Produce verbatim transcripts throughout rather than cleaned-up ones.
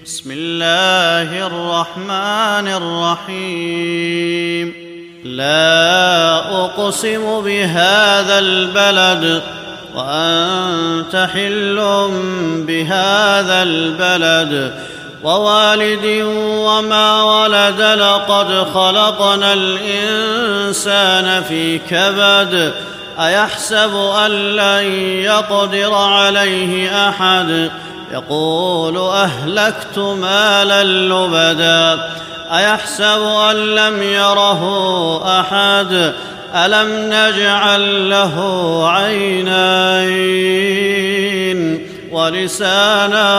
بسم الله الرحمن الرحيم. لا أقسم بهذا البلد وأنت حل بهذا البلد ووالد وما ولد لقد خلقنا الإنسان في كبد أيحسب أن لن يقدر عليه أحد يقول أهلكت مالا لبدا أيحسب أن لم يره أحد ألم نجعل له عينين ولسانا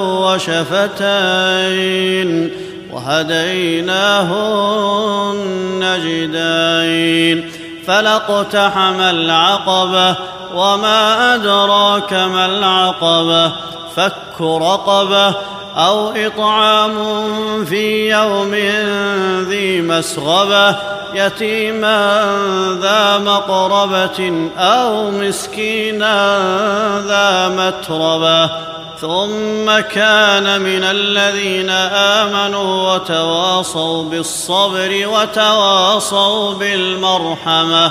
وشفتين وهديناه النجدين فلاقتحم العقبة وما أدراك ما العقبة فك رقبة أو إطعام في يوم ذي مسغبة يتيما ذا مقربة أو مسكينا ذا متربة ثم كان من الذين آمنوا وتواصوا بالصبر وتواصوا بالمرحمة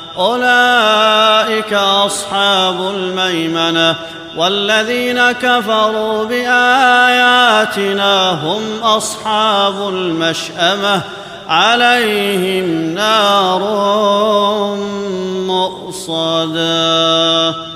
أولئك أصحاب الميمنة والذين كفروا بآياتنا هم أصحاب المشأمة عليهم نار مؤصدة.